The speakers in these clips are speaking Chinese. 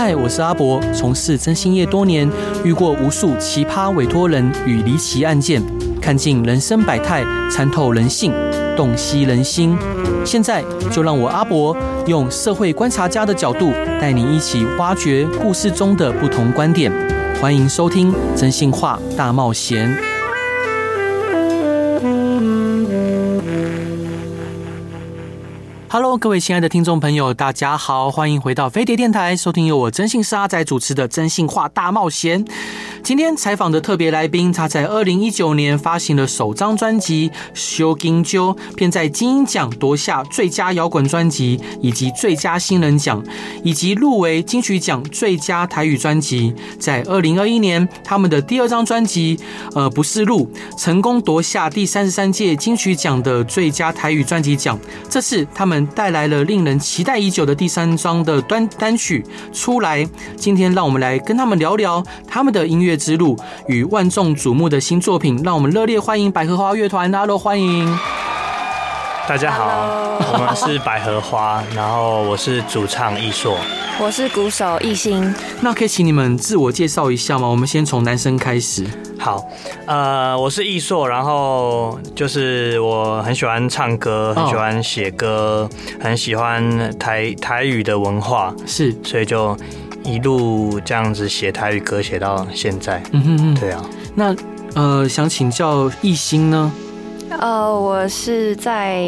嗨，我是阿伯，从事征信业多年，遇过无数奇葩委托人与离奇案件，看尽人生百态，参透人性，洞悉人心。现在就让我阿伯用社会观察家的角度，带你一起挖掘故事中的不同观点。欢迎收听《真心话大冒险》。Hello， 各位亲爱的听众朋友，大家好，欢迎回到飞碟电台，收听由我真性是阿仔主持的《真心话大冒险》。今天采访的特别来宾，他在2019年发行了首张专辑《修金鸠》，便在金鹰奖夺下最佳摇滚专辑以及最佳新人奖，以及入围金曲奖最佳台语专辑。在2021年，他们的第二张专辑不是路，成功夺下第33届金曲奖的最佳台语专辑奖。这次他们带来了令人期待已久的第三张的单曲出来。今天让我们来跟他们聊聊他们的音乐之路与万众瞩目的新作品。让我们热烈欢迎百合花乐团。Hello， 欢迎。 大家好，我们是百合花，然后我是主唱易硕， 我是鼓手艺兴。 那可以请你们自我介绍一下吗？我们先从男生开始。 好，我是易硕，然后就是我很喜欢唱歌，很喜欢写歌，很喜欢台语的文化， 是， 所以就一路这样子写台语歌写到现在。对啊。 那想请教艺兴呢？ 我是在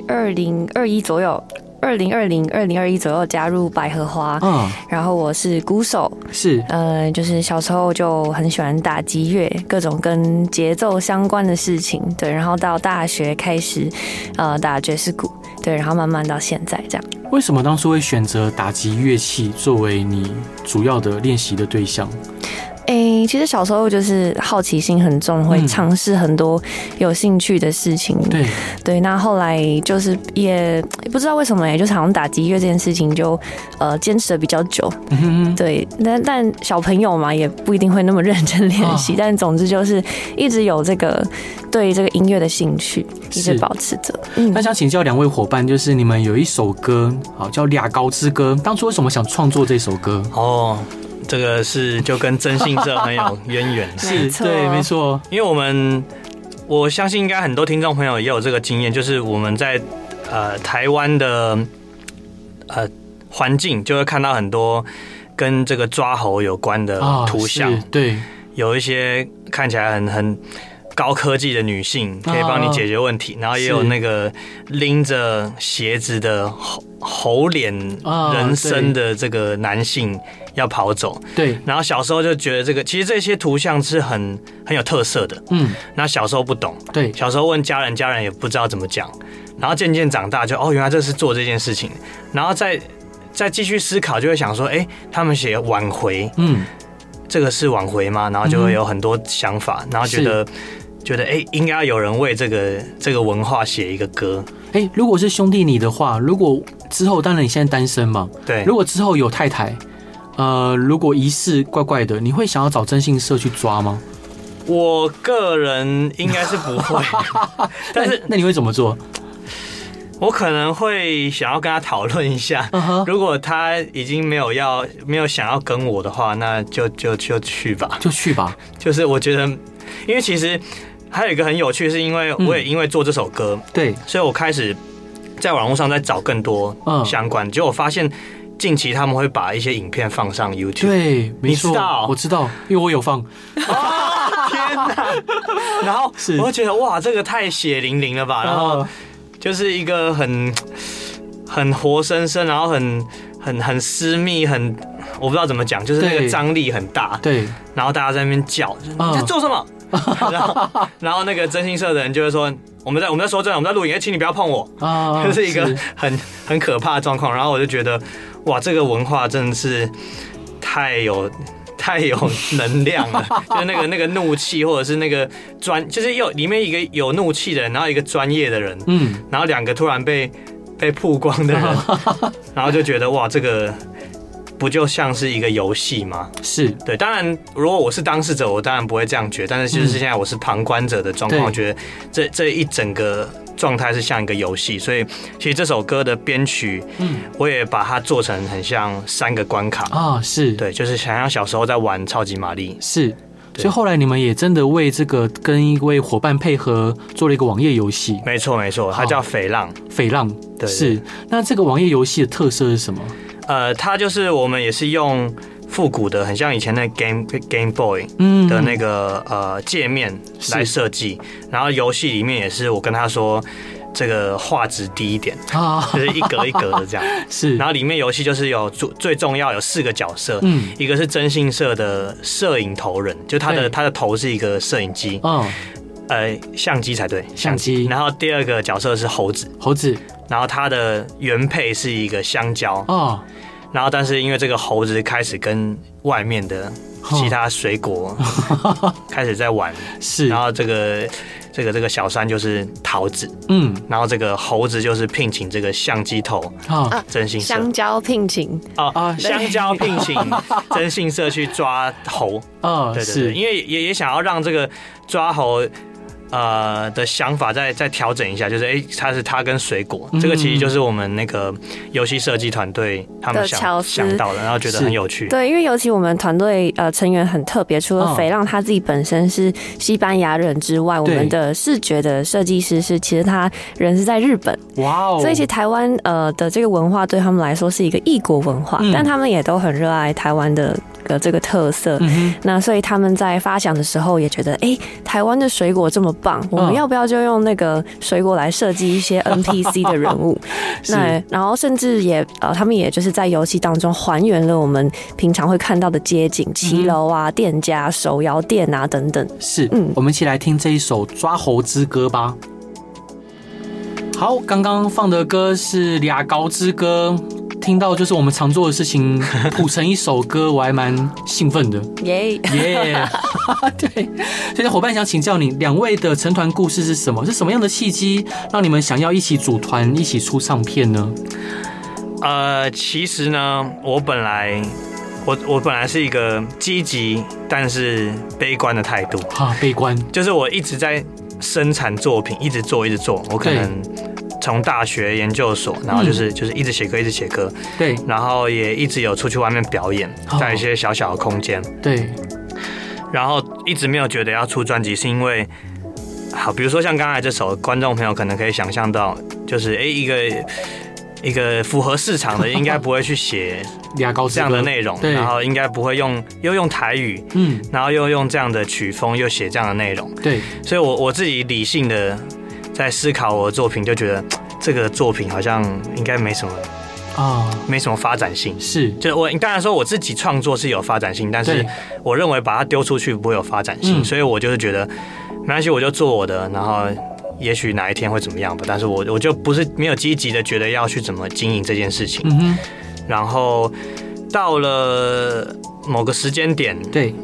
2021左右。2020、2021左右加入百合花，然后我是鼓手， 是， 就是小时候就很喜欢打击乐，各种跟节奏相关的事情，对，然后到大学开始打爵士鼓，对，然后慢慢到现在这样。 为什么当初会选择打击乐器作为你主要的练习的对象？ 其实小时候就是好奇心很重，会尝试很多有兴趣的事情。对，那后来就是也不知道为什么，就是好像打击乐这件事情就坚持的比较久。对，但小朋友嘛，也不一定会那么认真练习。但总之就是一直有对这个音乐的兴趣，一直保持着。 那想请教两位伙伴，就是你们有一首歌，好叫《俩高之歌》，当初为什么想创作这首歌？ 这个是就跟征信社很有渊源， 是，对，没错。 因为我相信应该很多听众朋友也有这个经验，就是我们在台湾的环境就会看到很多跟这个抓猴有关的图像， 对， 有一些看起来很高科技的女性可以帮你解决问题，然后也有那个拎着鞋子的猴脸人身的这个男性要跑走。对，然后小时候就觉得其实这些图像是很有特色的。那小时候不懂，对，小时候问家人，家人也不知道怎么讲，然后渐渐长大就原来这是做这件事情，然后再继续思考，就会想说，他们写挽回，这个是挽回吗？然后就会有很多想法，然后觉得应该要有人为这个文化写一个歌。 如果是兄弟你的话，如果之后，当然你现在单身嘛，对，如果之后有太太，如果疑似怪怪的，你会想要找征信社去抓吗？ 我个人应该是不会，但是那你会怎么做？ 我可能会想要跟他讨论一下，如果他已经没有想要跟我的话，那就去吧，就是我觉得，因为其实还有一个很有趣，是因为我也因为做这首歌，对，所以我开始在网络上在找更多相关，结果我发现近期他们会把一些影片放上 YouTube， 对， 没错，我知道，因为我有放。 天哪！然后我会觉得哇，这个太血淋淋了吧，然后就是一个很活生生，然后很私密，我不知道怎么讲，就是那个张力很大，对，然后大家在那边叫，你在做什么？然后那个征信社的人就会说，我们在说真的，我们在录影，请你不要碰我，就是一个很可怕的状况。然后我就觉得，哇，这个文化真的是太有能量了，就是那个怒气，或者是那个就是里面一个有怒气的人，然后一个专业的人，然后两个突然被曝光的人，然后就觉得哇，这个不就像是一个游戏吗？是对，当然如果我是当事者，我当然不会这样觉得，但是就是现在我是旁观者的状况，我觉得这一整个状态是像一个游戏，所以其实这首歌的编曲，我也把它做成很像3个关卡啊， 是对， 就是想象小时候在玩超级玛丽， 是。所以后来你们也真的为这个跟一位伙伴配合做了一个网页游戏。 没错没错，它叫斐浪。 斐浪，对，是。那这个网页游戏的特色是什么？ 它就是我们也是用复古的，很像以前的 Game Boy 的那个界面来设计，然后游戏里面也是我跟他说。这个画质低一点啊，就是一格一格的这样。是，然后里面游戏就是有最重要有4个角色，一个是征信社的摄影头人，就他的头是一个摄影机，相机才对，相机。然后第2个角色是猴子，然后他的原配是一个香蕉哦，然后但是因为这个猴子开始跟外面的其他水果开始在玩，是，然后这个小三就是桃子，然后这个猴子就是聘请这个相机头征信社， 香蕉聘请香蕉聘请征信社去抓猴，对对对，因为也想要让这个抓猴的想法再调整一下，就是它跟水果，这个其实就是我们那个游戏设计团队他们想到的，然后觉得很有趣。 对，因为尤其我们团队成员很特别，除了斐浪他自己本身是西班牙人之外，我们的视觉的设计师其实他人是在日本，哇哦！所以其实台湾的这个文化对他们来说是一个异国文化，但他们也都很热爱台湾的这个特色。那所以他们在发想的时候也觉得，台湾的水果这么棒，我们要不要就用那个水果来设计一些 NPC 的人物？那然后甚至也他们也就是在游戏当中还原了我们平常会看到的街景、骑楼啊、店家、手摇店啊等等。 是，我们一起来听这一首《抓猴之歌》吧。好，刚刚放的歌是《俩高之歌》。听到就是我们常做的事情谱成一首歌，我还蛮兴奋的。耶耶，对。所以伙伴想请教你，2位的成团故事是什么？是什么样的契机让你们想要一起组团、一起出唱片呢？ 其实呢，我本来是一个积极但是悲观的态度啊，悲观就是我一直在生产作品，一直做，我可能。从大学研究所，然后就是一直写歌，对，然后也一直有出去外面表演，在一些小小的空间，对，然后一直没有觉得要出专辑，是因为好，比如说像刚才这首，观众朋友可能可以想象到，就是一个符合市场的，应该不会去写这样的内容，然后应该不会又用台语，然后又用这样的曲风，又写这样的内容，对，所以我自己理性的。在思考我的作品，就觉得这个作品好像应该没什么没什么发展性。是，就是我当然说我自己创作是有发展性，但是我认为把它丢出去不会有发展性，所以我就是觉得没关系，我就做我的，然后也许哪一天会怎么样吧。但是我就不是没有积极的觉得要去怎么经营这件事情。然后到了某个时间点，对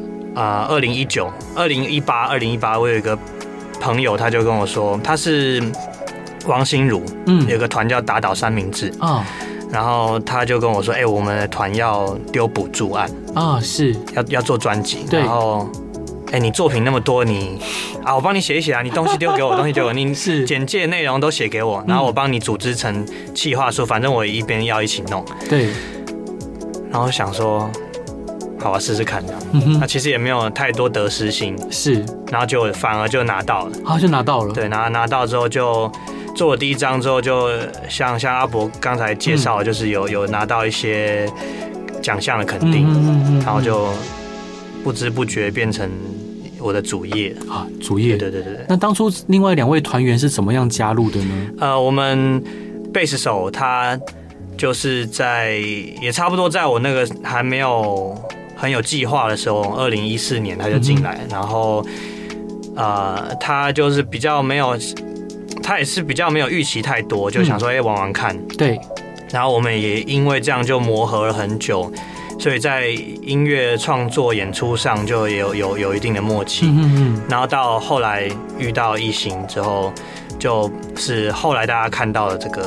，2018，我有一个。朋友他就跟我说，他是王心如，有个团叫打倒三明治，然后他就跟我说，我们的团要丢补助案是要做专辑，然后你作品那么多，我帮你写一写啊，你东西丢给我，你是简介内容都写给我，然后我帮你组织成企划书，反正我一边要一起弄，对，然后想说。好啊，试试看这样。那其实也没有太多得失心，是，然后反而就拿到了，就拿到了。对，拿到之后就做了第1张之后，就像阿伯刚才介绍，就是有拿到一些奖项的肯定，然后就不知不觉变成我的主业啊，主业。对。 那当初另外2位团员是怎么样加入的呢？ 我们贝斯手他就是也差不多在我那个还没有。很有计划的时候，2014年他就进来，然后他就是比较没有，他也是比较没有预期太多，就想说玩玩看。对，然后我们也因为这样就磨合了很久，所以在音乐创作演出上就有一定的默契。然后到后来遇到异形之后，就是后来大家看到了这个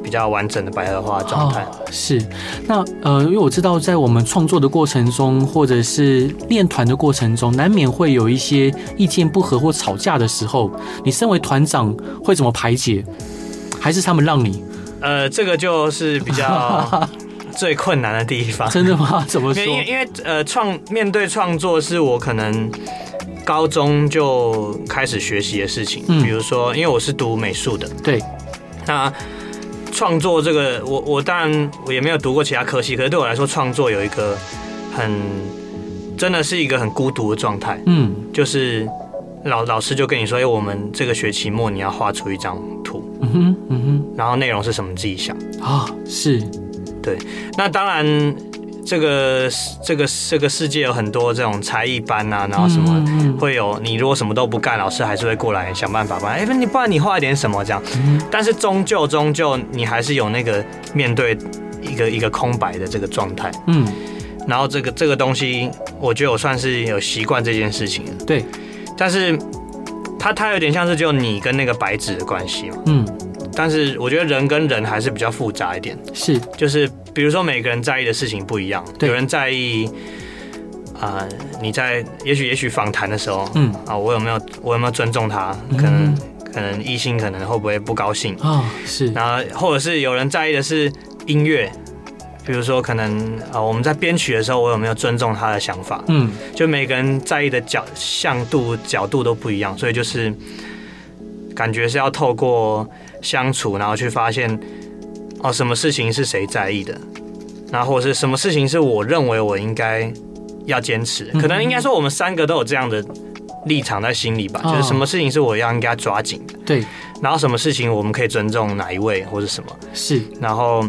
比较完整的百合花状态。 是，那因为我知道在我们创作的过程中，或者是练团的过程中，难免会有一些意见不合或吵架的时候，你身为团长会怎么排解？还是他们让你？ 这个就是比较最困难的地方。 真的吗？怎么说？ 因为面对创作是我可能高中就开始学习的事情。比如说，因为我是读美术的， 对， 那创作这个，我当然我也没有读过其他科系，可是对我来说，创作有一个真的是一个很孤独的状态。就是老师就跟你说，我们这个学期末你要画出一张图，然后内容是什么你自己想啊。是， 对。那当然，这个世界有很多这种才艺班啊，然后什么会有，你如果什么都不干，老师还是会过来想办法吧。不然你画一点什么这样。但是终究你还是有那个面对一个空白的这个状态。然后这个东西，我觉得我算是有习惯这件事情了。 对。 但是它有点像是就你跟那个白纸的关系嘛。但是我觉得人跟人还是比较复杂一点。是，就是比如说每个人在意的事情不一样，有人在意你在也许访谈的时候，我有没有尊重他？可能异性可能会不会不高兴啊？是，然后或者是有人在意的是音乐。比如说，可能我们在编曲的时候，我有没有尊重他的想法？就每个人在意的角度都不一样，所以就是感觉是要透过相处，然后去发现什么事情是谁在意的，然后或者是什么事情是我认为我应该要坚持。可能应该说我们三个都有这样的立场在心里吧，就是什么事情是我应该抓紧的，对，然后什么事情我们可以尊重哪一位或者什么，是，然后。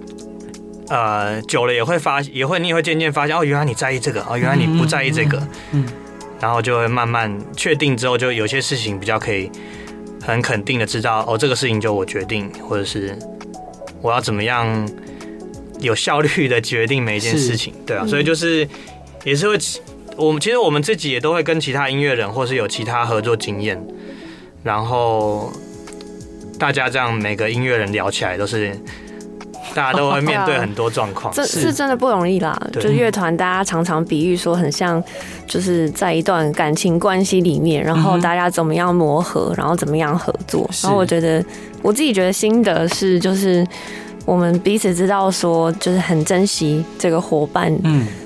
久了你也会渐渐发现，原来你在意这个，原来你不在意这个，然后就会慢慢确定之后，就有些事情比较可以很肯定的知道，这个事情就我决定，或者是我要怎么样有效率的决定每一件事情，对啊，所以就是也是会，其实我们自己也都会跟其他音乐人或是有其他合作经验，然后大家这样每个音乐人聊起来都是。大家都会面对很多状况， 这是真的不容易啦。就乐团，大家常常比喻说，很像就是在一段感情关系里面，然后大家怎么样磨合，然后怎么样合作。然后我自己觉得心得是，就是我们彼此知道说，就是很珍惜这个伙伴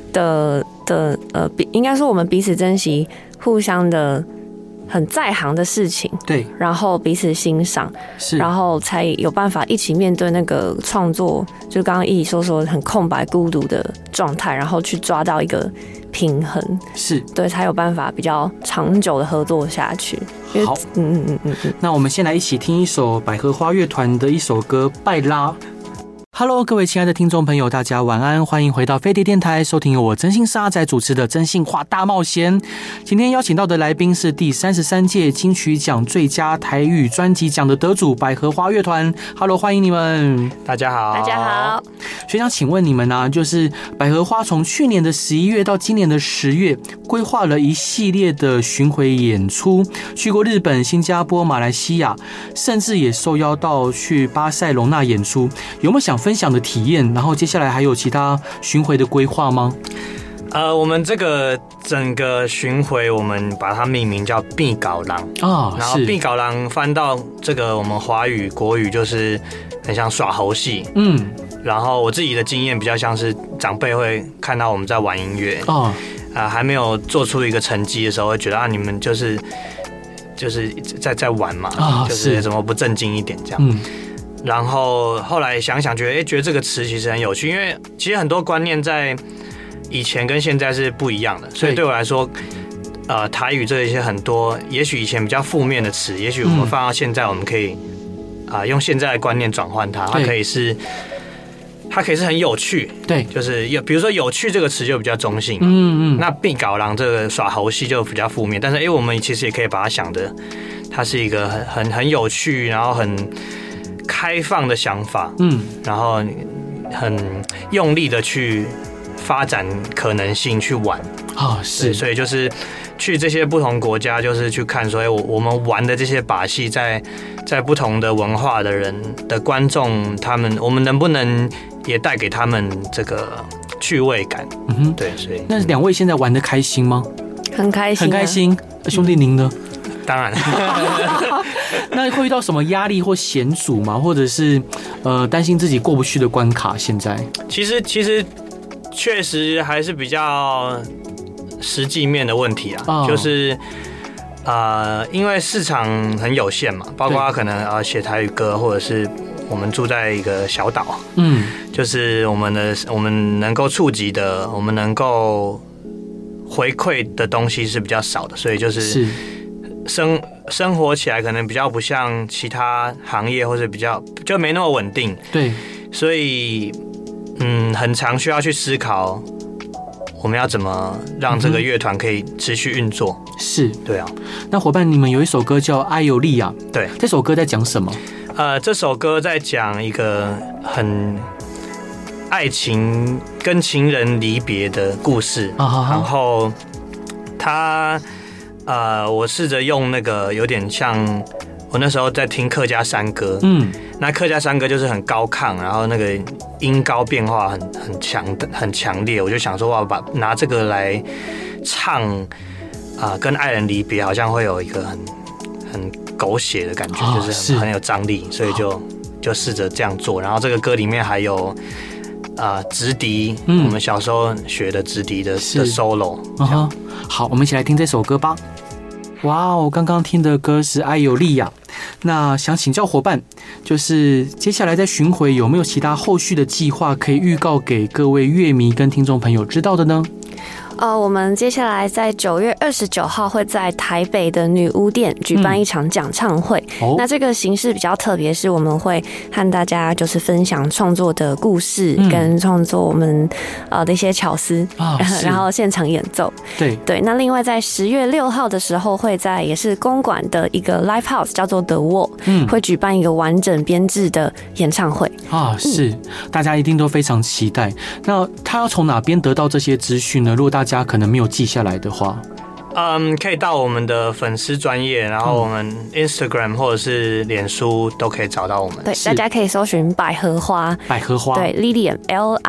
应该说我们彼此珍惜互相的。很在行的事情，对，然后彼此欣赏，是，然后才有办法一起面对那个创作，就刚刚一说很空白、孤独的状态，然后去抓到一个平衡，是对，才有办法比较长久的合作下去。好， 那我们先来一起听一首百合花乐团的一首歌《拜拉》。Hello， 各位亲爱的听众朋友，大家晚安，欢迎回到飞碟电台，收听由我真心是阿仔主持的真心话大冒险。今天邀请到的来宾是第33届金曲奖最佳台语专辑奖的得主百合花乐团。Hello， 欢迎你们。 大家好， 大家好。 学长，请问你们啊，就是百合花从去年的11月到今年的10月，规划了一系列的巡回演出，去过日本、新加坡、马来西亚，甚至也受邀到去巴塞隆纳演出，有没有想分享的体验？然后接下来还有其他巡回的规划吗？ 我们这个整个巡回，我们把它命名叫必搞郎啊，然后必搞郎翻到这个我们华语国语就是很像耍猴戏，然后我自己的经验比较像是长辈会看到我们在玩音乐还没有做出一个成绩的时候，会觉得你们就是在玩嘛，就是怎么不正经一点这样。然后后来想想觉得这个词其实很有趣，因为其实很多观念在以前跟现在是不一样的，所以对我来说，台语这一些很多，也许以前比较负面的词，也许我们放到现在，我们可以用现在的观念转换它，它可以是很有趣，对，就是比如说有趣这个词就比较中性，那必搞郎这个耍猴戏就比较负面，但是我们其实也可以把它想的，它是一个很有趣，然后很开放的想法，然后很用力的去发展可能性去玩啊，是， 所以就是去这些不同国家，就是去看说，我们玩的这些把戏在不同的文化的人的观众，我们能不能也带给他们这个趣味感？对，所以那2位现在玩得开心吗？ 很开心， 很开心。兄弟您呢？ 当然。 那会遇到什么压力或险阻吗？或者是担心自己过不去的关卡？现在其实确实还是比较实际面的问题啊，就是因为市场很有限嘛，包括可能写台语歌，或者是我们住在一个小岛，就是我们能够触及的，我们能够回馈的东西是比较少的，所以就是生活起来可能比较不像其他行业，或者比较就没那么稳定。 对， 所以很常需要去思考，我们要怎么让这个乐团可以持续运作。 是， 对啊。 那伙伴，你们有一首歌叫《艾尤利亚》， 对， 这首歌在讲什么？ 这首歌在讲一个很爱情跟情人离别的故事，然后我试着用那个有点像我那时候在听客家山歌，那客家山歌就是很高亢，然后那个音高变化很强烈，我就想说哇，拿这个来唱跟爱人离别，好像会有一个很狗血的感觉，就是很有张力，所以就试着这样做。然后这个歌里面还有直笛，我们小时候学的直笛的 solo。 好，我们一起来听这首歌吧。哇哦，刚刚听的歌是《艾尤利亚》。那想请教伙伴，就是接下来在巡回有没有其他后续的计划可以预告给各位乐迷跟听众朋友知道的呢？ 我们接下来在9月29号会在台北的女巫店举办一场讲唱会。那这个形式比较特别，是我们会和大家就是分享创作的故事，跟创作我们的一些巧思，然后现场演奏。对。那另外在10月6号的时候，会在也是公馆的一个 live house 叫做 The Wall，会举办一个完整编制的演唱会。 是，大家一定都非常期待。那他要从哪边得到这些资讯呢？如果大家可能没有记下来的话， 可以到我们的粉丝专页，然后我们 Instagram 或者是脸书都可以找到我们。 对，大家可以搜寻百合花，对 ，Lilium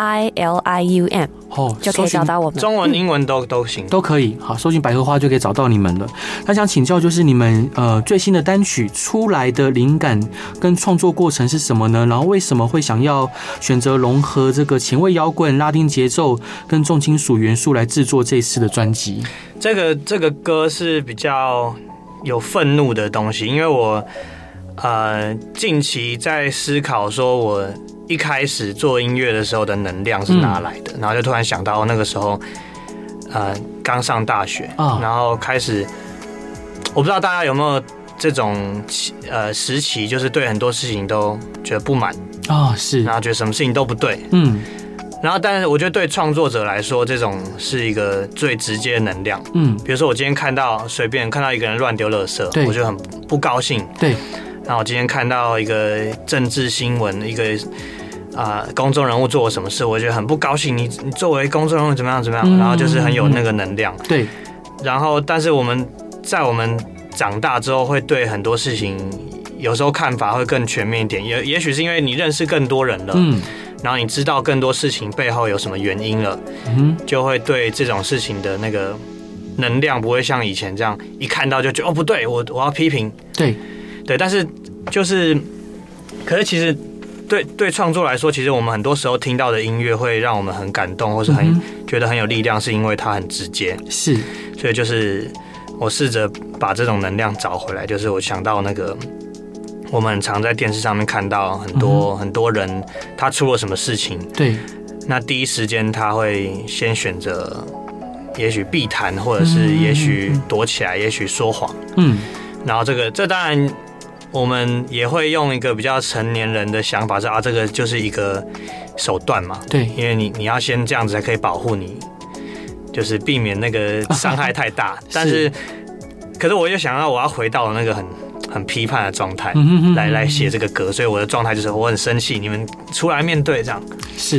Lilium 就可以找到我们。 中文、英文都行， 都可以。好，搜寻百合花就可以找到你们了。那想请教，就是你们最新的单曲出来的灵感跟创作过程是什么呢？然后为什么会想要选择融合这个前卫摇滚、拉丁节奏跟重金属元素来制作这次的专辑？ 这个歌是比较有愤怒的东西，因为我近期在思考说我一开始做音乐的时候的能量是哪来的，然后就突然想到那个时候刚上大学，然后开始我不知道大家有没有这种时期，就是对很多事情都觉得不满是， 然后觉得什么事情都不对，然后，但是我觉得对创作者来说，这种是一个最直接的能量。比如说我今天随便看到一个人乱丢垃圾，我就很不高兴。 对。 然后我今天看到一个政治新闻，一个公众人物做了什么事，我觉得很不高兴。你作为公众人物怎么样？然后就是很有那个能量。 对。然后，但是我们长大之后，会对很多事情有时候看法会更全面一点。也许是因为你认识更多人了。然后你知道更多事情背后有什么原因了，就会对这种事情的那个能量不会像以前这样一看到就觉得不对，我要批评。对，但是可是其实对创作来说，其实我们很多时候听到的音乐会让我们很感动，或是觉得很有力量，是因为它很直接。是，所以就是我试着把这种能量找回来，就是我想到那个。我们很常在电视上面看到很多人，他出了什么事情，对，那第一时间他会先选择，也许避谈，或者是也许躲起来，也许说谎，然后这当然我们也会用一个比较成年人的想法是这个就是一个手段嘛，对，因为你要先这样子才可以保护你，就是避免那个伤害太大，但是可是我又想到我要回到那个很批判的状态来写这个歌，所以我的状态就是我很生气，你们出来面对这样。是，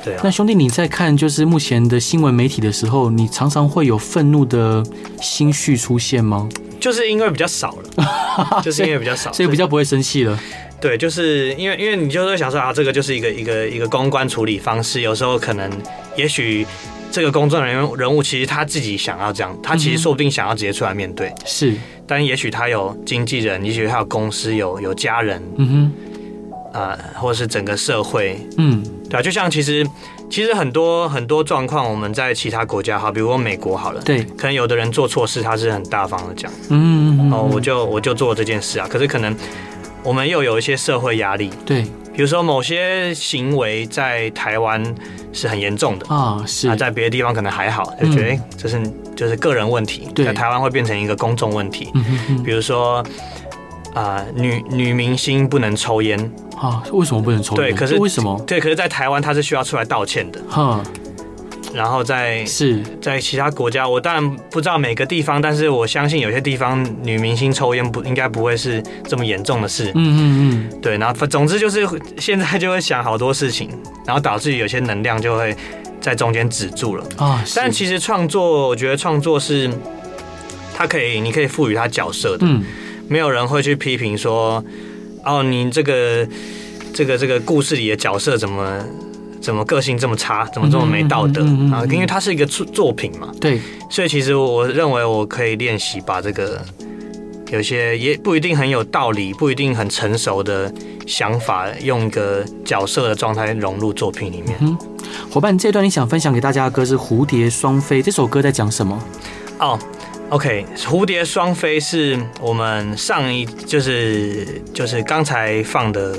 对啊。 那兄弟，你在看就是目前的新闻媒体的时候，你常常会有愤怒的心绪出现吗？ 就是因为比较少了，就是因为比较少， 所以比较不会生气了。 对，就是因为你就会想说啊，这个就是一个公关处理方式，有时候可能也许这个公众人物其实他自己想要这样，他其实说不定想要直接出来面对， 是， 但也许他有经纪人，也许他有公司，有家人，或者是整个社会，对啊，就像其实很多状况，我们在其他国家，好，比如说美国好了， 对， 可能有的人做错事，他是很大方的讲，我就做这件事啊，可是可能我们又有一些社会压力， 对， 比如说某些行为在台湾是很严重的啊，是在别的地方可能还好，就觉得这是就是个人问题，在台湾会变成一个公众问题，比如说女明星不能抽烟啊，为什么不能抽烟？ 对，可是为什么？ 对，可是在台湾她是需要出来道歉的，然后在其他国家，我当然不知道每个地方，但是我相信有些地方女明星抽烟应该不会是这么严重的事。对，然后总之就是现在就会想好多事情，然后导致有些能量就会在中间止住了啊。但其实创作，我觉得创作是你可以赋予它角色的，没有人会去批评说，哦，你这个故事里的角色怎么个性这么差，怎么这么没道德啊？因为它是一个作品嘛， 对， 所以其实我认为我可以练习把这个有些也不一定很有道理，不一定很成熟的想法，用一个角色的状态融入作品里面。 伙伴，这段你想分享给大家的歌是《蝴蝶双飞》，这首歌在讲什么？ 哦，OK， 蝴蝶双飞是我们上一就是刚才放的，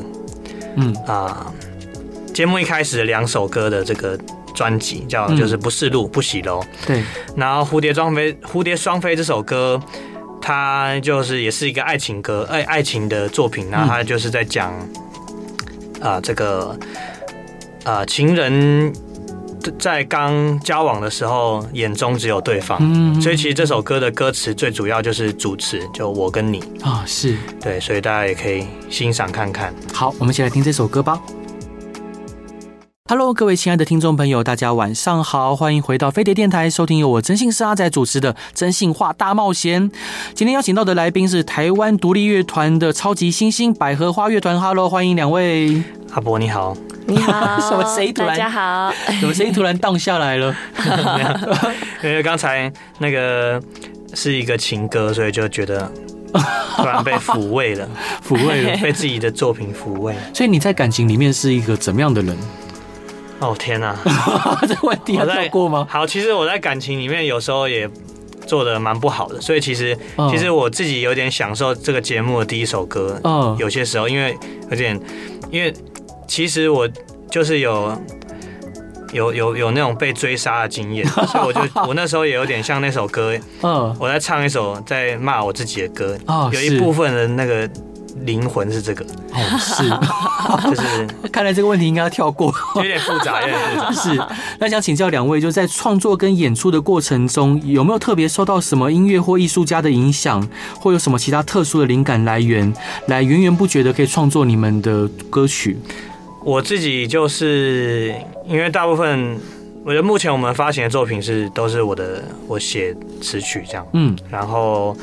节目一开始的2首歌的这个专辑叫就是不是路不喜楼， 对。然后蝴蝶双飞这首歌，它就是也是一个爱情歌，爱情的作品，然后它就是在讲这个情人在刚交往的时候眼中只有对方，所以其实这首歌的歌词最主要就是主词，就我跟你啊，是对，所以大家也可以欣赏看看。 好，我们一起来听这首歌吧。Hello， 各位亲爱的听众朋友，大家晚上好，欢迎回到飞碟电台，收听由我真性是阿仔主持的真性话大冒险。今天邀请到的来宾是台湾独立乐团的超级新星百合花乐团。Hello， 欢迎2位。 阿伯你好。 你好。 什么声音突然？ 大家好。 什么声音突然荡下来了？ 因为刚才那个是一个情歌，所以就觉得突然被抚慰了，被自己的作品抚慰。 所以你在感情里面是一个怎么样的人？ 哦天哪， 这问题要跳过吗？ 好，其实我在感情里面有时候也做得蛮不好的，所以其实我自己有点享受这个节目的第一首歌。有些时候因为其实我就是有那种被追杀的经验，所以我那时候也有点像那首歌，我在唱一首在骂我自己的歌，有一部分的那个灵魂是这个，就是看来这个问题应该要跳过， 有点复杂。 是，那想请教2位，就在创作跟演出的过程中，有没有特别受到什么音乐或艺术家的影响，或有什么其他特殊的灵感来源，来源源不绝的可以创作你们的歌曲？ 我自己就是因为大部分，我觉得目前我们发行的作品都是我写词曲这样，然后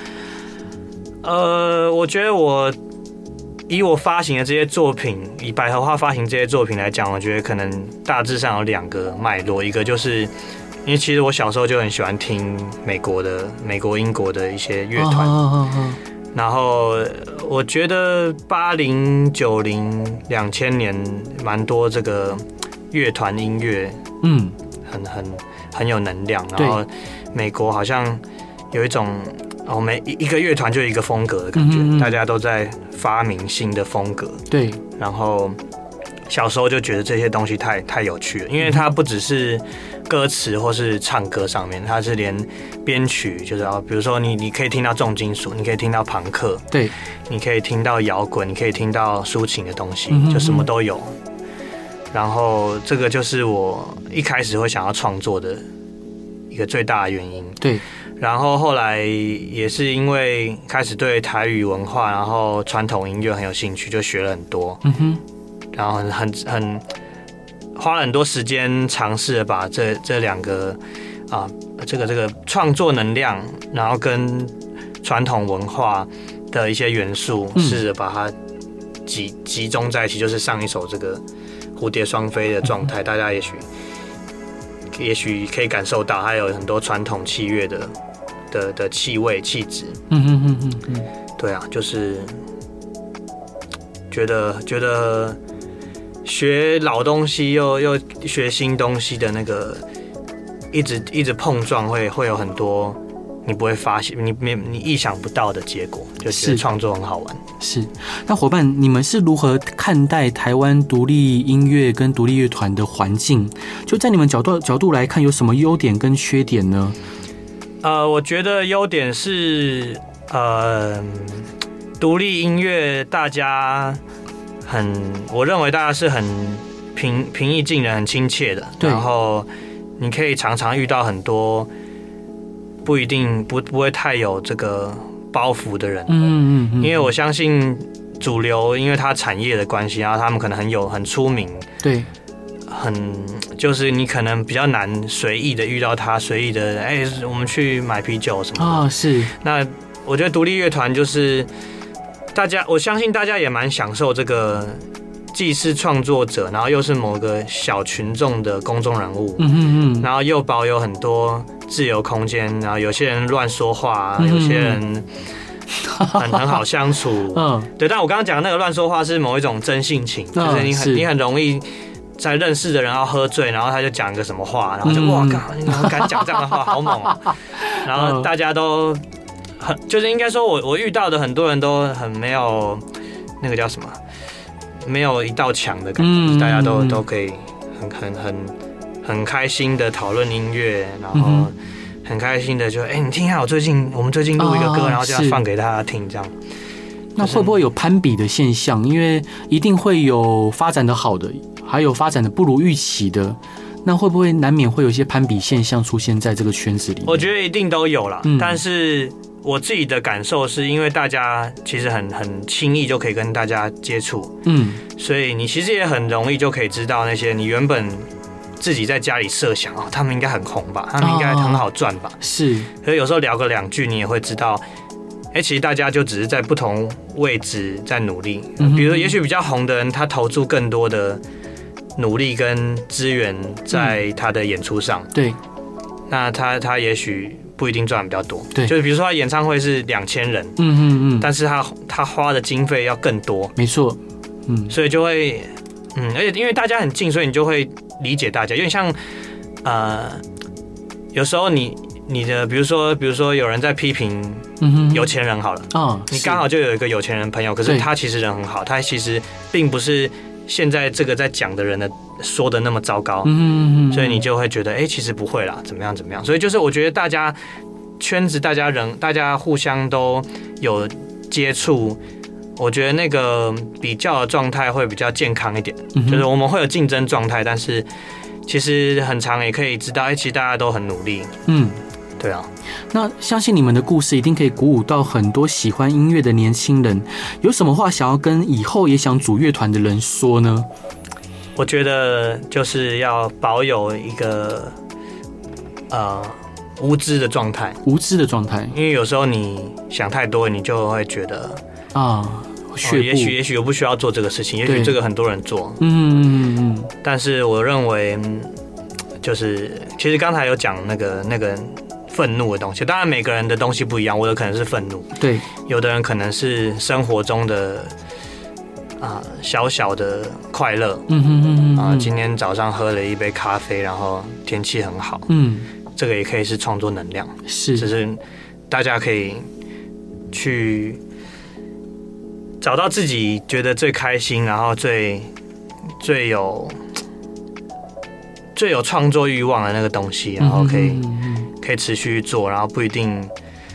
我觉得以我发行的这些作品，以百合花发行这些作品来讲，我觉得可能大致上有2个脉络。一个就是因为其实我小时候就很喜欢听美国、英国的一些乐团，然后我觉得80、90、2000年蛮多这个乐团音乐，很有能量。然后美国好像有一种每一个乐团就一个风格的感觉，大家都在发明新的风格。对，然后小时候就觉得这些东西太有趣了，因为它不只是歌词或是唱歌上面，它是连编曲，就是比如说你可以听到重金属，你可以听到朋克，对，你可以听到摇滚，你可以听到抒情的东西，就什么都有。然后这个就是我一开始会想要创作的一个最大的原因。对。然后后来也是因为开始对台语文化，然后传统音乐很有兴趣，就学了很多。然后很花了很多时间尝试把这两个这个创作能量，然后跟传统文化的一些元素，试着把它集中在一起，就是上一首这个蝴蝶双飞的状态，大家也许可以感受到，它有很多传统器乐的气味气质。对啊，就是觉得学老东西又学新东西的那个一直碰撞，会有很多你不会发现，你意想不到的结果，就觉得创作很好玩。 是，那伙伴，你们是如何看待台湾独立音乐跟独立乐团的环境？就在你们角度来看，有什么优点跟缺点呢？ 我觉得优点是，独立音乐大家我认为大家是很平易近人、很亲切的，然后你可以常常遇到很多不一定不会太有这个包袱的人，因为我相信主流，因为它产业的关系，然后他们可能很出名，对，就是你可能比较难随意的遇到他，随意的我们去买啤酒什么的是。那我觉得独立乐团就是我相信大家也蛮享受这个，既是创作者，然后又是某个小群众的公众人物，然后又保有很多自由空间，然后有些人乱说话，有些人很好相处，对。但我刚刚讲的那个乱说话是某一种真性情，就是你很容易在认识的人要喝醉，然后他就讲一个什么话，然后就哇靠，你敢讲这样的话，好猛啊！然后大家都就是应该说我遇到的很多人都很没有那个叫什么，没有一道墙的感觉，大家都可以很开心的讨论音乐，然后很开心的就你听一下我们最近录一个歌，然后就要放给大家听这样。 那会不会有攀比的现象？因为一定会有发展的好的，还有发展的不如预期的。那会不会难免会有一些攀比现象出现在这个圈子里？ 我觉得一定都有啦，但是我自己的感受是因为大家其实很轻易就可以跟大家接触，所以你其实也很容易就可以知道那些你原本自己在家里设想他们应该很红吧，他们应该很好赚吧， 是。 可是有时候聊个2句，你也会知道，其实大家就只是在不同位置在努力。比如说，也许比较红的人，他投注更多的努力跟资源在他的演出上，对。那他也许不一定赚比较多，对。就是比如说他演唱会是2000人，但是他花的经费要更多， 没错， 所以就会，而且因为大家很近，所以你就会理解大家，有点像，有时候你的比如说有人在批评有钱人好了，你刚好就有一个有钱人朋友，可是他其实人很好，他其实并不是现在这个在讲的人的说的那么糟糕，所以你就会觉得其实不会啦，怎么样，所以就是我觉得大家圈子大家互相都有接触，我觉得那个比较的状态会比较健康一点，就是我们会有竞争状态，但是其实很常也可以知道，其实大家都很努力，对啊。 那相信你们的故事一定可以鼓舞到很多喜欢音乐的年轻人，有什么话想要跟以后也想组乐团的人说呢？ 我觉得就是要保有一个无知的状态，因为有时候你想太多，你就会觉得也许我不需要做这个事情，也许这个很多人做，但是我认为就是其实刚才有讲那个愤怒的东西，当然每个人的东西不一样，我的可能是愤怒，对，有的人可能是生活中的小小的快乐，今天早上喝了一杯咖啡，然后天气很好，这个也可以是创作能量，是，只是大家可以去找到自己觉得最开心，然后最有创作欲望的那个东西，然后可以持续做，然后不一定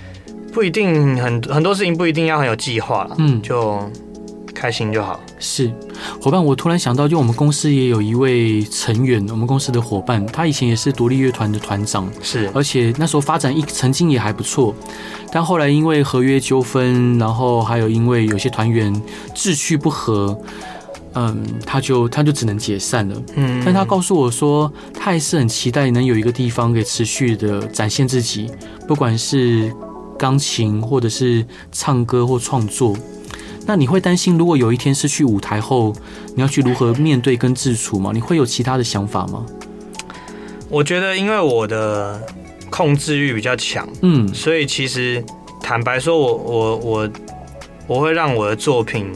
很多事情不一定要很有计划，就开心就好。是， 伙伴，我突然想到，就我们公司也有一位成员，我们公司的伙伴，他以前也是独立乐团的团长，是，而且那时候发展曾经也还不错，但后来因为合约纠纷，然后还有因为有些团员志趣不合， 他就只能解散了。但他告诉我说，他还是很期待能有一个地方可以持续的展现自己，不管是钢琴或者是唱歌或创作。那你会担心，如果有一天失去舞台后，你要去如何面对跟自处吗？你会有其他的想法吗？ 我觉得，因为我的控制欲比较强，所以其实坦白说我会让我的作品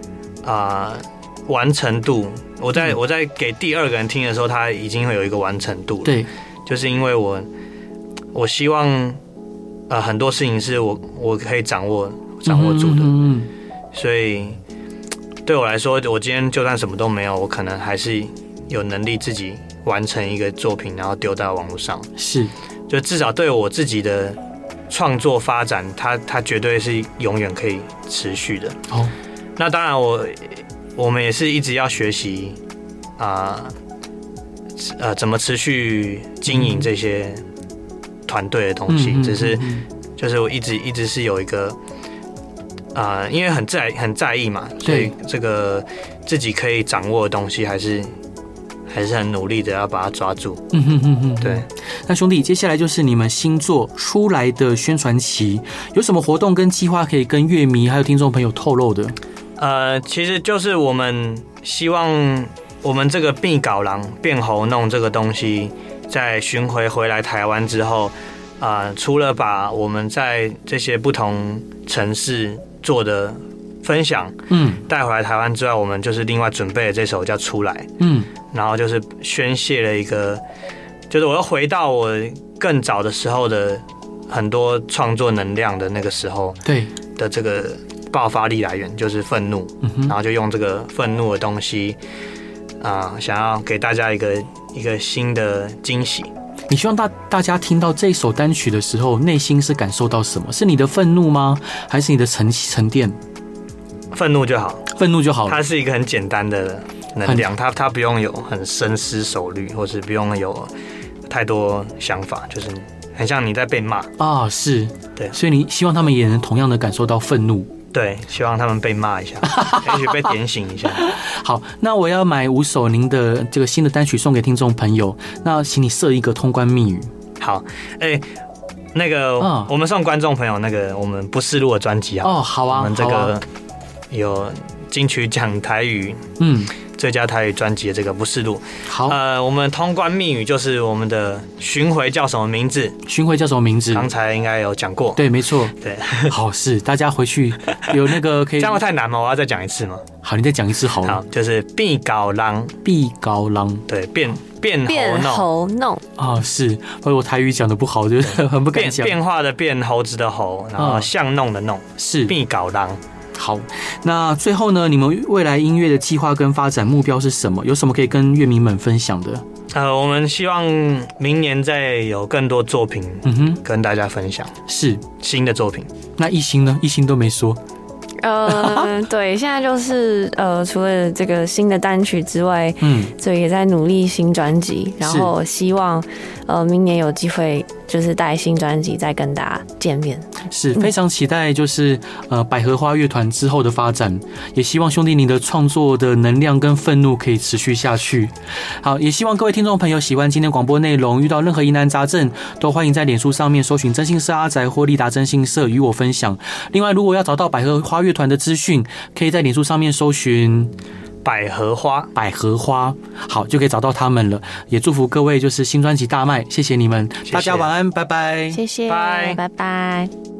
完成度，我在给第二个人听的时候，他已经会有一个完成度了。 对， 就是因为我希望很多事情是我可以掌握住的，所以对我来说，我今天就算什么都没有，我可能还是有能力自己完成一个作品，然后丢到网络上。 是， 就至少对我自己的创作发展，它绝对是永远可以持续的。那当然我们也是一直要学习怎么持续经营这些团队的东西，只是就是我一直是有一个因为很在意嘛，所以这个自己可以掌握的东西还是很努力的要把它抓住。对。 那兄弟，接下来就是你们新作出来的宣传期，有什么活动跟计划可以跟乐迷还有听众朋友透露的？ 其实就是我们希望我们这个变搞郎变猴弄这个东西，在巡回回来台湾之后，除了把我们在这些不同城市做的分享，带回来台湾之外，我们就是另外准备了这首叫《出来》，然后就是宣泄了一个，就是我要回到我更早的时候的很多创作能量的那个时候， 对的这个爆发力来源就是愤怒，然后就用这个愤怒的东西，想要给大家一个新的惊喜。 你希望大家听到这首单曲的时候，内心是感受到什么？是你的愤怒吗？还是你的沉淀？ 愤怒就好， 愤怒就好了。 它是一个很简单的能量，它不用有很深思熟虑，或是不用有太多想法，就是很像你在被骂是， 对， 所以你希望他们也能同样的感受到愤怒。 对，希望他们被骂一下，也许被点醒一下。 好，那我要买5首您的这个新的单曲送给听众朋友，那请你设一个通关密语。 好，那个我们送观众朋友那个我们不试录的专辑好啊， 我们这个有金曲奖台语最佳台语专辑的这个不试录。 好， 我们通关密语就是我们的巡回叫什么名字？ 巡回叫什么名字？ 刚才应该有讲过。 对，没错。 对， 好，是大家回去有那个可以。 这样会太难吗？我要再讲一次吗？ 好，你再讲一次好了。 好，就是变高浪，对，变猴弄是，我台语讲的不好，就是很不敢讲。 变化的变，猴子的猴，然后巷弄的弄， 是变高浪。 好，那最后呢？你们未来音乐的计划跟发展目标是什么？有什么可以跟乐迷们分享的？ 我们希望明年再有更多作品，跟大家分享。 是新的作品。 那一心呢？一心都没说。 对，现在就是除了这个新的单曲之外，所以也在努力新专辑，然后希望明年有机会就是带新专辑再跟大家见面。 是非常期待就是百合花乐团之后的发展，也希望兄弟你的创作的能量跟愤怒可以持续下去。好，也希望各位听众朋友喜欢今天广播内容，遇到任何疑难杂症都欢迎在脸书上面搜寻真心是阿宅或立达真心社与我分享。另外，如果要找到百合花乐团的资讯，可以在脸书上面搜寻百合花， 好，就可以找到他们了。也祝福各位就是新专辑大卖，谢谢你们，大家晚安，拜拜， 谢谢，拜拜。